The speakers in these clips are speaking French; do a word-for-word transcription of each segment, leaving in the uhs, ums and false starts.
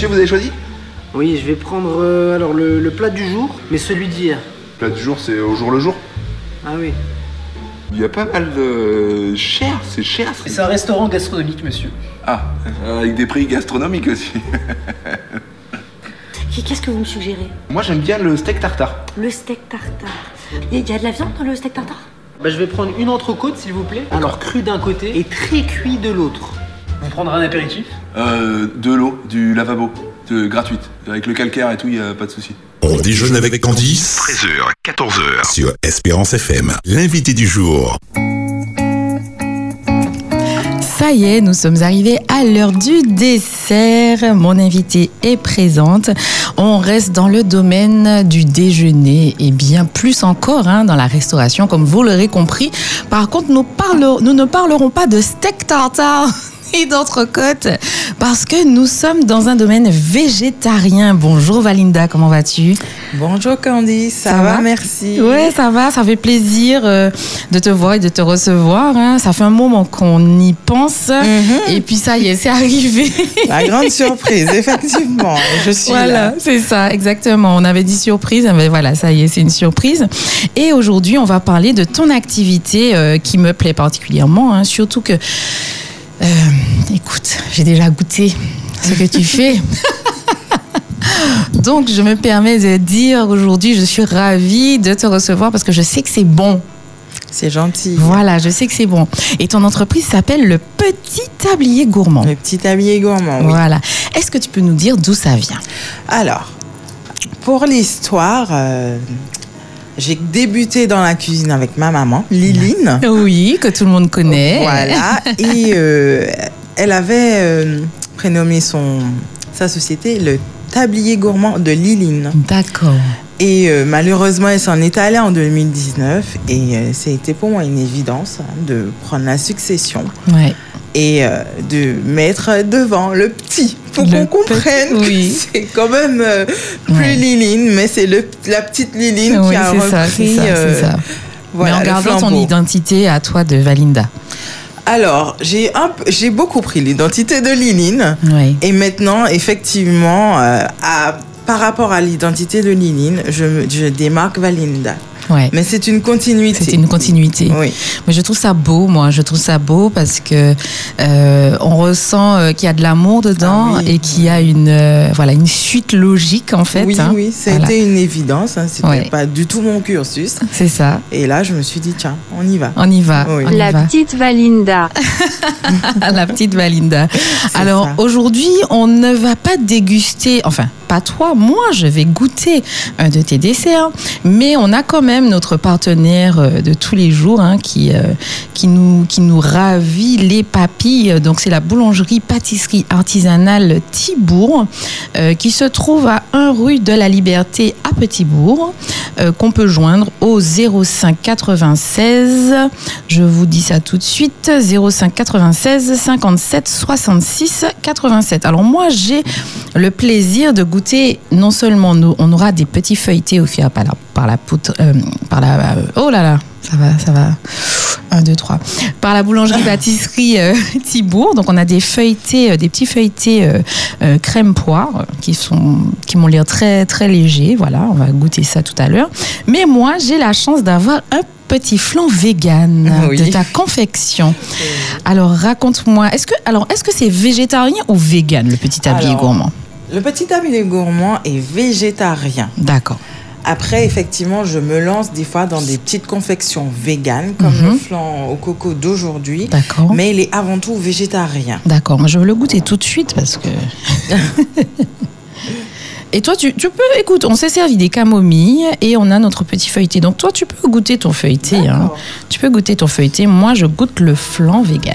monsieur, vous avez choisi? Oui, je vais prendre euh, alors le, le plat du jour, mais celui d'hier. Le plat du jour, c'est au jour le jour. Ah oui. Il y a pas mal de... cher, c'est cher. C'est un restaurant gastronomique, monsieur. Ah, avec des prix gastronomiques aussi. Qu'est-ce que vous me suggérez? Moi, j'aime bien le steak tartare. Le steak tartare. Il y a de la viande dans le steak tartare? Bah, je vais prendre une entrecôte, s'il vous plaît. Alors, cru d'un côté et très cuit de l'autre. Vous prendrez un apéritif? Euh, de l'eau, du lavabo, de, gratuite. Avec le calcaire et tout, il n'y a pas de souci. On déjeune avec Candice, treize heures, quatorze heures. sur Espérance F M. L'invité du jour. Ça y est, nous sommes arrivés à l'heure du dessert. Mon invitée est présente. On reste dans le domaine du déjeuner et bien plus encore hein, dans la restauration, comme vous l'aurez compris. Par contre, nous, parlerons, nous ne parlerons pas de steak tartare et d'entrecôte parce que nous sommes dans un domaine végétarien. Bonjour Valinda, comment vas-tu? Bonjour Candice, ça, ça va, va merci. Ouais, ça va, ça fait plaisir euh, de te voir et de te recevoir. Hein. Ça fait un moment qu'on y pense mm-hmm. et puis ça y est, c'est arrivé. La grande surprise, effectivement, je suis voilà, là. C'est ça, exactement. On avait dit surprise, mais voilà, ça y est, c'est une surprise. Et aujourd'hui, on va parler de ton activité euh, qui me plaît particulièrement, hein, surtout que Euh, écoute, j'ai déjà goûté ce que tu fais. Donc, je me permets de dire aujourd'hui, je suis ravie de te recevoir parce que je sais que c'est bon. C'est gentil. Voilà, je sais que c'est bon. Et ton entreprise s'appelle Le Petit Tablier Gourmand. Le Petit Tablier Gourmand, oui. Voilà. Est-ce que tu peux nous dire d'où ça vient? Alors, pour l'histoire... Euh... J'ai débuté dans la cuisine avec ma maman, Liline. Oui, que tout le monde connaît. Voilà. Et euh, elle avait euh, prénommé son, sa société Le Tablier Gourmand de Liline. D'accord. Et euh, malheureusement, elle s'en est allée en deux mille dix-neuf. Et euh, ça a été pour moi une évidence hein, de prendre la succession. Ouais. Et euh, de mettre devant le petit pour le qu'on comprenne petit, oui. que c'est quand même euh, plus ouais. Liline, mais c'est le, la petite Liline oui, qui a c'est repris. Ça, c'est ça, euh, c'est ça. Voilà, mais en gardant ton identité à toi de Valinda. Alors, j'ai, un, j'ai beaucoup pris l'identité de Liline. Oui. Et maintenant, effectivement, euh, à, par rapport à l'identité de Liline, je, je démarque Valinda. Ouais. Mais c'est une continuité. C'est une continuité. Oui. Mais je trouve ça beau, moi. Je trouve ça beau parce que euh, on ressent euh, qu'il y a de l'amour dedans ah, oui. et qu'il y a une euh, voilà une suite logique en fait. Oui, hein. oui, ça a voilà. été une évidence. Hein. C'était ouais. pas du tout mon cursus. C'est ça. Et là, je me suis dit tiens, on y va. On y va. Oui. On y La va. petite Valinda. La petite Valinda. C'est Alors ça. Aujourd'hui, on ne va pas déguster. Enfin. Pas toi, moi, je vais goûter un de tes desserts, mais on a quand même notre partenaire de tous les jours hein, qui, euh, qui, nous, qui nous ravit les papilles. Donc, c'est la boulangerie-pâtisserie artisanale Thibourg, euh, qui se trouve à un rue de la Liberté à Petit-Bourg, euh, qu'on peut joindre au zéro cinq quatre-vingt-seize. Je vous dis ça tout de suite, zéro cinq quatre-vingt-seize cinquante-sept soixante-six quatre-vingt-sept. Alors, moi, j'ai le plaisir de goûter non seulement nous, on aura des petits feuilletés au fil par la, par la poutre, euh, par la, euh, oh là là, ça va, ça va, un, deux, trois, par la boulangerie-pâtisserie euh, Thibourg. Donc on a des feuilletés, euh, des petits feuilletés euh, euh, crème poire euh, qui sont, qui m'ont l'air très très légers. Voilà, on va goûter ça tout à l'heure. Mais moi, j'ai la chance d'avoir un petit flan vegan oui. de ta confection. Alors raconte-moi, est-ce que, alors est-ce que c'est végétarien ou vegan le petit tablier alors, gourmand? Le petit tablier gourmand est végétarien. D'accord. Après, effectivement, je me lance des fois dans des petites confections véganes, comme mm-hmm. le flan au coco d'aujourd'hui. D'accord. Mais il est avant tout végétarien. D'accord. Moi, je veux le goûter tout de suite parce que... Et toi, tu, tu peux... Écoute, on s'est servi des camomilles et on a notre petit feuilleté. Donc, toi, tu peux goûter ton feuilleté. Hein. Tu peux goûter ton feuilleté. Moi, je goûte le flan vegan.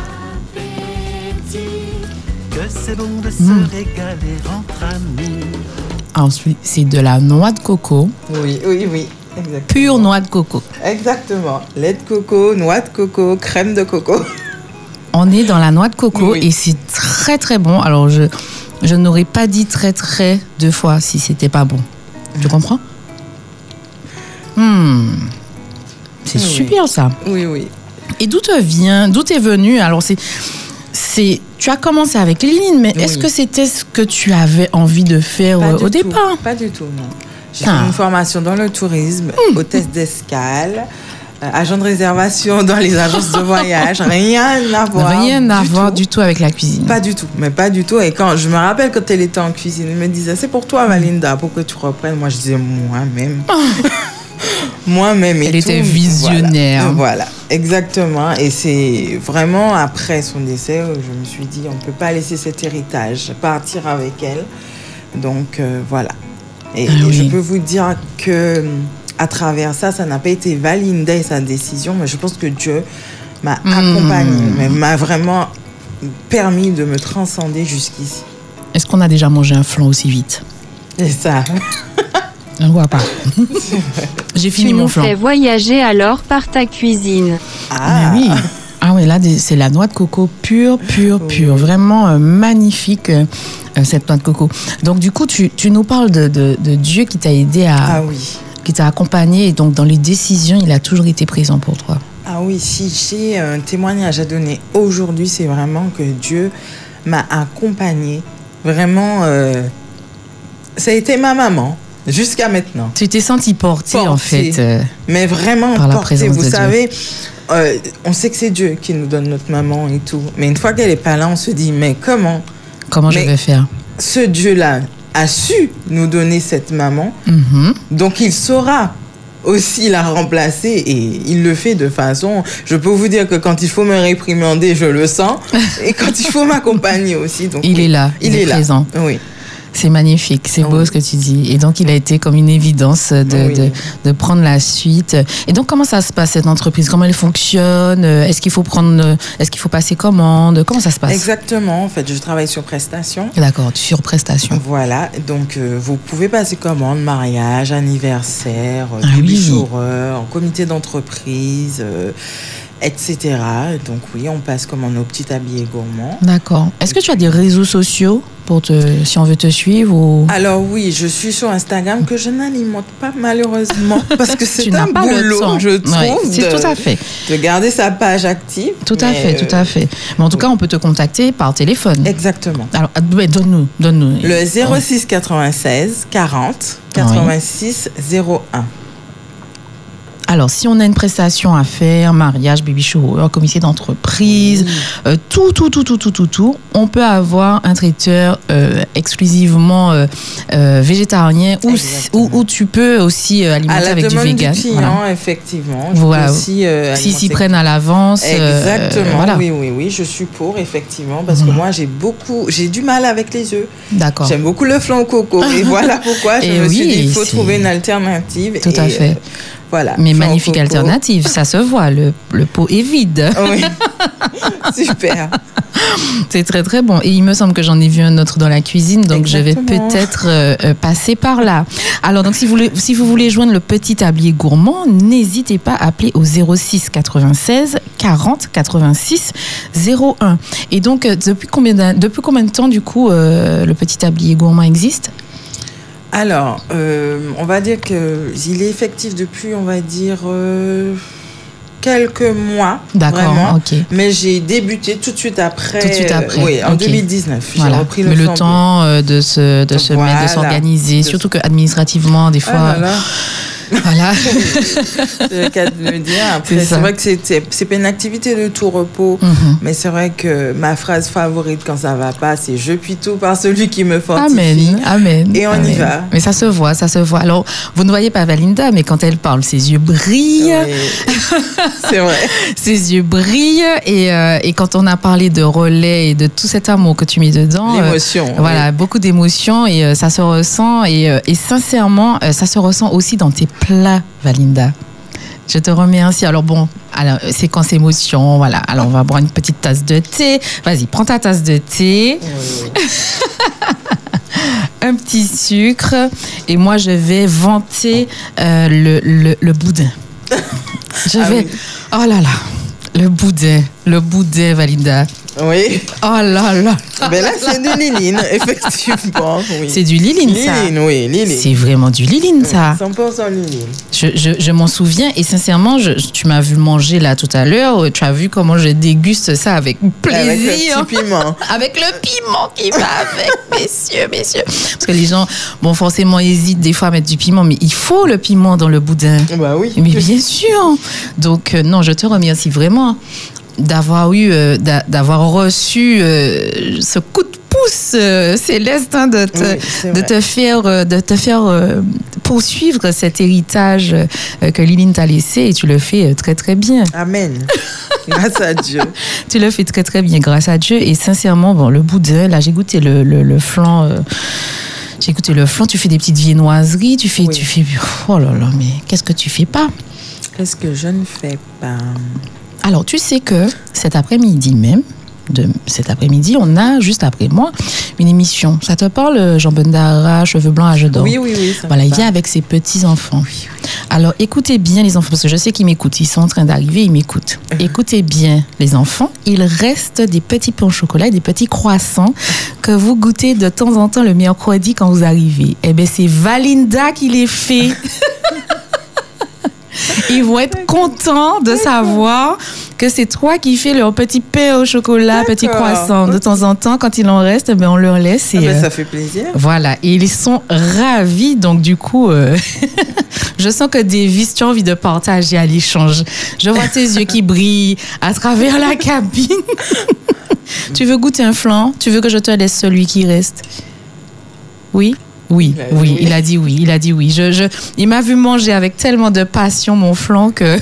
C'est bon de se mmh. régaler entre amis. Ensuite, c'est de la noix de coco. Oui, oui, oui. Exactement. Pure noix de coco. Exactement. Lait de coco, noix de coco, crème de coco. On est dans la noix de coco oui. et c'est très très bon. Alors, je, je n'aurais pas dit très très deux fois si c'était pas bon. Tu comprends? mmh. C'est oui. super ça. Oui, oui. Et d'où te vient, d'où t'es venu? Alors, c'est... c'est, tu as commencé avec Liline, mais oui. Est-ce que c'était ce que tu avais envie de faire Pas au, au tout. départ? Pas du tout, non. J'ai ah. fait une formation dans le tourisme, mmh. hôtesse d'escale, euh, agent de réservation dans les agences de voyage, rien à voir. Rien à du voir tout. du tout avec la cuisine. Pas du tout, mais pas du tout. Et quand je me rappelle quand elle était en cuisine, elle me disait, c'est pour toi, Valinda, pour que tu reprennes. Moi, je disais, moi-même. Moi-même. Elle et était tout. visionnaire. Voilà. voilà, exactement. Et c'est vraiment après son décès, je me suis dit, on ne peut pas laisser cet héritage partir avec elle. Donc, euh, voilà. Et, ah, et oui. je peux vous dire que à travers ça, ça n'a pas été Valinda et sa décision, mais je pense que Dieu m'a mmh. accompagnée, m'a vraiment permis de me transcender jusqu'ici. Est-ce qu'on a déjà mangé un flan aussi vite? C'est ça. On ne voit pas. J'ai fini tu mon flan. Tu nous fais voyager alors par ta cuisine. Ah oui. Ah oui, là, c'est la noix de coco pure, pure, pure. Oui. Vraiment euh, magnifique, euh, cette noix de coco. Donc, du coup, tu, tu nous parles de, de, de Dieu qui t'a aidé à... Ah oui. Qui t'a accompagné. Et donc, dans les décisions, il a toujours été présent pour toi. Ah oui, si j'ai un témoignage à donner aujourd'hui, c'est vraiment que Dieu m'a accompagnée. Vraiment, euh, ça a été ma maman. Jusqu'à maintenant. Tu t'es sentie portée, portée, en fait. Euh, mais vraiment par portée. La présence Vous de savez, euh, on sait que c'est Dieu qui nous donne notre maman et tout. Mais une fois qu'elle n'est pas là, on se dit, mais comment Comment mais je vais faire Ce Dieu-là a su nous donner cette maman. Mm-hmm. Donc, il saura aussi la remplacer et il le fait de façon... Je peux vous dire que quand il faut me réprimander, je le sens. Et quand il faut m'accompagner aussi. Donc, il oui, est là, il, il est, est présent. Oui. C'est magnifique, c'est oui. beau ce que tu dis. Et donc, il a été comme une évidence de, oui. de, de prendre la suite. Et donc, comment ça se passe, cette entreprise? Comment elle fonctionne? Est-ce qu'il faut prendre, est-ce qu'il faut passer commande? Comment ça se passe? Exactement. En fait, je travaille sur prestation. D'accord, sur prestation. Voilà. Donc, euh, vous pouvez passer commande, mariage, anniversaire, ah, baby oui. shower, en comité d'entreprise... Euh, et cetera. Donc oui, on passe comme en au petit tablier gourmand. D'accord. Est-ce que tu as des réseaux sociaux pour te, si on veut te suivre ou... Alors oui, je suis sur Instagram que je n'alimente pas malheureusement parce que c'est un pas boulot, le temps. je trouve. Ouais, c'est de, tout à fait. De garder sa page active. Tout à fait, euh, tout à fait. Mais en tout oui. cas, on peut te contacter par téléphone. Exactement. Alors, donne-nous, donne-nous. Le zéro six quatre-vingt-seize quarante quatre-vingt-six zéro un. Alors, si on a une prestation à faire, mariage, baby shower, comité d'entreprise, oui. euh, tout, tout, tout, tout, tout, tout, tout, on peut avoir un traiteur euh, exclusivement euh, euh, végétarien ou, ou, ou tu peux aussi euh, alimenter avec du vegan. À la demande du client, voilà. effectivement. Voilà. Aussi, euh, S'ils s'y prennent à l'avance. Exactement. Euh, voilà. Oui, oui, oui, je suis pour, effectivement, parce que mmh. moi, j'ai beaucoup, j'ai du mal avec les œufs. D'accord. J'aime beaucoup le flan au coco. Et voilà pourquoi je et me oui, suis dit, il faut trouver une alternative. Tout et, à fait. Euh, Voilà. Mais magnifique alternative, ça se voit, le, le pot est vide. Oui, super. C'est très très bon. Et il me semble que j'en ai vu un autre dans la cuisine, donc exactement. Je vais peut-être euh, passer par là. Alors, donc, si vous, voulez, si vous voulez joindre le petit tablier gourmand, n'hésitez pas à appeler au zéro six quatre-vingt-seize quarante quatre-vingt-six zéro un. Et donc, depuis combien, depuis combien de temps, du coup, euh, le petit tablier gourmand existe ? Alors, euh, on va dire qu'il est effectif depuis, on va dire, euh, quelques mois. D'accord, vraiment. ok. Mais j'ai débuté tout de suite après. Tout de suite après. Euh, oui, en okay. deux mille dix-neuf. Voilà. J'ai repris le Mais le flambeau. temps euh, de se, de se voilà. mettre, de s'organiser, de... surtout qu'administrativement, des fois... Ah, voilà. Voilà. C'est le cas de le dire. Après, c'est, c'est vrai que c'est, c'est, c'est pas une activité de tout repos, mm-hmm. mais c'est vrai que ma phrase favorite quand ça va pas, c'est je puis tout par celui qui me fortifie. Amen, amen. Et on amen. y va. Mais ça se voit, ça se voit. Alors, vous ne voyez pas Valinda, mais quand elle parle, ses yeux brillent. Oui. C'est vrai. Ses yeux brillent. Et, euh, et quand on a parlé de relais et de tout cet amour que tu mets dedans. L'émotion. Euh, voilà, oui. beaucoup d'émotions et euh, ça se ressent. Et, euh, et sincèrement, euh, ça se ressent aussi dans tes plats, Valinda. Je te remercie. Alors bon, alors, séquence émotion, voilà. Alors on va boire une petite tasse de thé. Vas-y, prends ta tasse de thé. Oui, oui. Un petit sucre. Et moi, je vais vanter euh, le, le, le boudin. Je vais... Ah oui. Oh là là, le boudin, le boudin, Valinda. Oui. Oh là là. Ben là, c'est du liline, effectivement. Oui. C'est du liline, ça. Liline, oui, liline. C'est vraiment du liline, ça. cent pour cent liline. Je, je, je m'en souviens et sincèrement, je, tu m'as vu manger là tout à l'heure. Tu as vu comment je déguste ça avec plaisir. Avec le petit piment. Avec le piment qui va avec, messieurs, messieurs. Parce que les gens, bon, forcément, hésitent des fois à mettre du piment, mais il faut le piment dans le boudin. Bah oui. Mais bien sûr. Donc, euh, non, je te remercie vraiment d'avoir eu, euh, d'a, d'avoir reçu euh, ce coup de pouce euh, céleste hein, de, te, oui, de te faire, euh, de te faire euh, poursuivre cet héritage euh, que Liline t'a laissé et tu le fais euh, très très bien. Amen. Grâce à Dieu. Tu le fais très très bien grâce à Dieu et sincèrement, bon, le boudin, là j'ai goûté le, le, le flan. Euh, j'ai goûté le flan. Tu fais des petites viennoiseries, tu fais, oui. tu fais. Oh là là, mais qu'est-ce que tu fais pas? Qu'est-ce que je ne fais pas? Alors, tu sais que cet après-midi même, de cet après-midi, on a, juste après moi, une émission. Ça te parle, Jean Bendara, cheveux blancs, âge d'or? Oui, oui, oui. Ça voilà, il vient avec ses petits-enfants. Oui, oui. Alors, écoutez bien les enfants, parce que je sais qu'ils m'écoutent. Ils sont en train d'arriver, ils m'écoutent. Écoutez bien les enfants. Il reste des petits pains au chocolat et des petits croissants que vous goûtez de temps en temps le mercredi quand vous arrivez. Eh bien, c'est Valinda qui les fait. Ils vont être contents de savoir que c'est toi qui fais leur petit pain au chocolat, D'accord. petit croissant. De temps en temps, quand il en reste, ben on leur laisse. Et, ah ben, euh, ça fait plaisir. Voilà, et ils sont ravis. Donc du coup, euh, je sens que Davis, tu as envie de partager à l'échange. Je vois tes yeux qui brillent à travers la cabine. Tu veux goûter un flan? Tu veux que je te laisse celui qui reste? Oui? Oui, oui, oui, il a dit oui, il a dit oui. Je, je, il m'a vu manger avec tellement de passion mon flan que,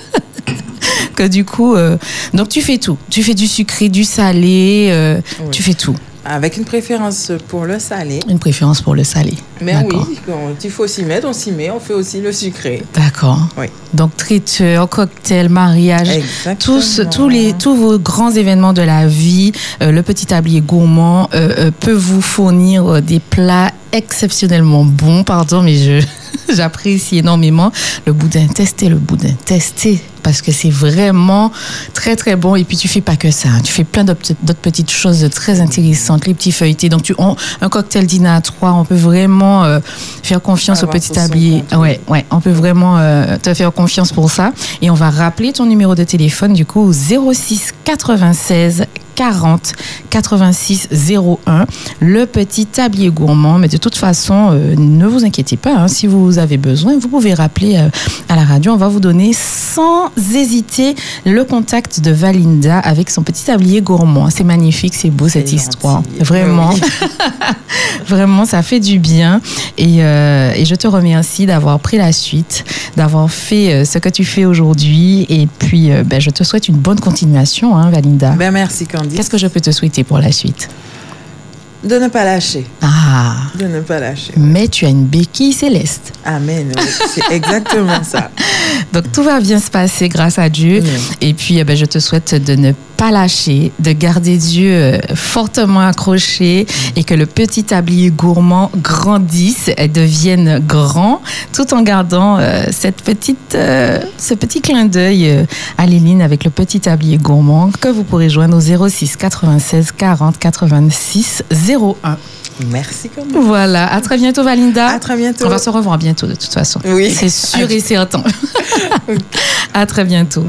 que du coup... Euh, donc tu fais tout. Tu fais du sucré, du salé, euh, oui. Tu fais tout. Avec une préférence pour le salé. Une préférence pour le salé. Mais d'accord. oui, quand il faut s'y mettre, on s'y met. On fait aussi le sucré. D'accord. Oui. Donc traiteur, cocktail, mariage, tous, tous, les, tous vos grands événements de la vie, euh, le petit tablier gourmand euh, euh, peut vous fournir euh, des plats exceptionnellement bons. Pardon, mais je... J'apprécie énormément le boudin. Testez le boudin, testez, parce que c'est vraiment très très bon. Et puis tu fais pas que ça, hein. Tu fais plein d'autres, d'autres petites choses très intéressantes, les petits feuilletés. Donc tu on, un cocktail dîner à trois, on peut vraiment euh, faire confiance au petit tablier. Ouais, ouais, on peut vraiment euh, te faire confiance pour ça. Et on va rappeler ton numéro de téléphone du coup zéro six quatre-vingt-seize quarante quatre-vingt-six zéro un, le petit tablier gourmand. Mais de toute façon, euh, ne vous inquiétez pas, hein, si vous avez besoin, vous pouvez rappeler euh, à la radio. On va vous donner sans hésiter le contact de Valinda avec son petit tablier gourmand. C'est magnifique, c'est beau cette c'est histoire. Gentil. Vraiment. Oui. Vraiment, ça fait du bien. Et, euh, et je te remercie d'avoir pris la suite, d'avoir fait euh, ce que tu fais aujourd'hui. Et puis, euh, ben, je te souhaite une bonne continuation, hein, Valinda. Ben, merci, Candice. Qu'est-ce que je peux te souhaiter pour la suite? De ne pas lâcher. Ah. De ne pas lâcher. Mais tu as une béquille céleste. Amen. Oui. C'est exactement ça. Donc tout va bien se passer grâce à Dieu. Mmh. Et puis eh ben, je te souhaite de ne pas lâcher, de garder Dieu fortement accroché mmh. et que le petit tablier gourmand grandisse et devienne grand, tout en gardant euh, cette petite, euh, ce petit clin d'œil euh, à Liline avec le petit tablier gourmand que vous pourrez joindre au zéro six quatre-vingt-seize quarante quatre-vingt-six zéro un. Merci quand même. Voilà, à très bientôt Valinda. À très bientôt. On va se revoir bientôt de toute façon. Oui. C'est sûr et certain. À très bientôt.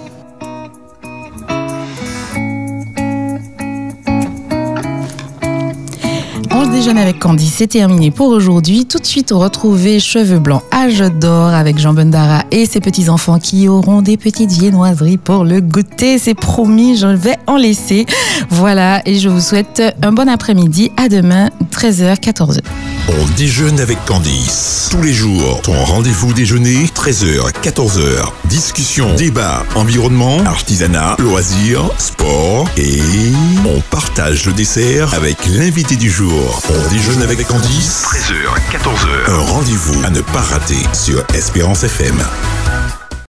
On déjeune avec Candice, c'est terminé pour aujourd'hui. Tout de suite, retrouvez Cheveux Blancs, Âge d'Or avec Jean Bendara et ses petits-enfants qui auront des petites viennoiseries pour le goûter. C'est promis, je vais en laisser. Voilà, et je vous souhaite un bon après-midi. À demain, treize heures, quatorze heures. On déjeune avec Candice. Tous les jours, ton rendez-vous déjeuner, treize heures, quatorze heures. Discussion, débat, environnement, artisanat, loisirs, sport et on partage le dessert avec l'invité du jour. On déjeune avec Candice, treize heures, quatorze heures. Un rendez-vous à ne pas rater sur Espérance F M.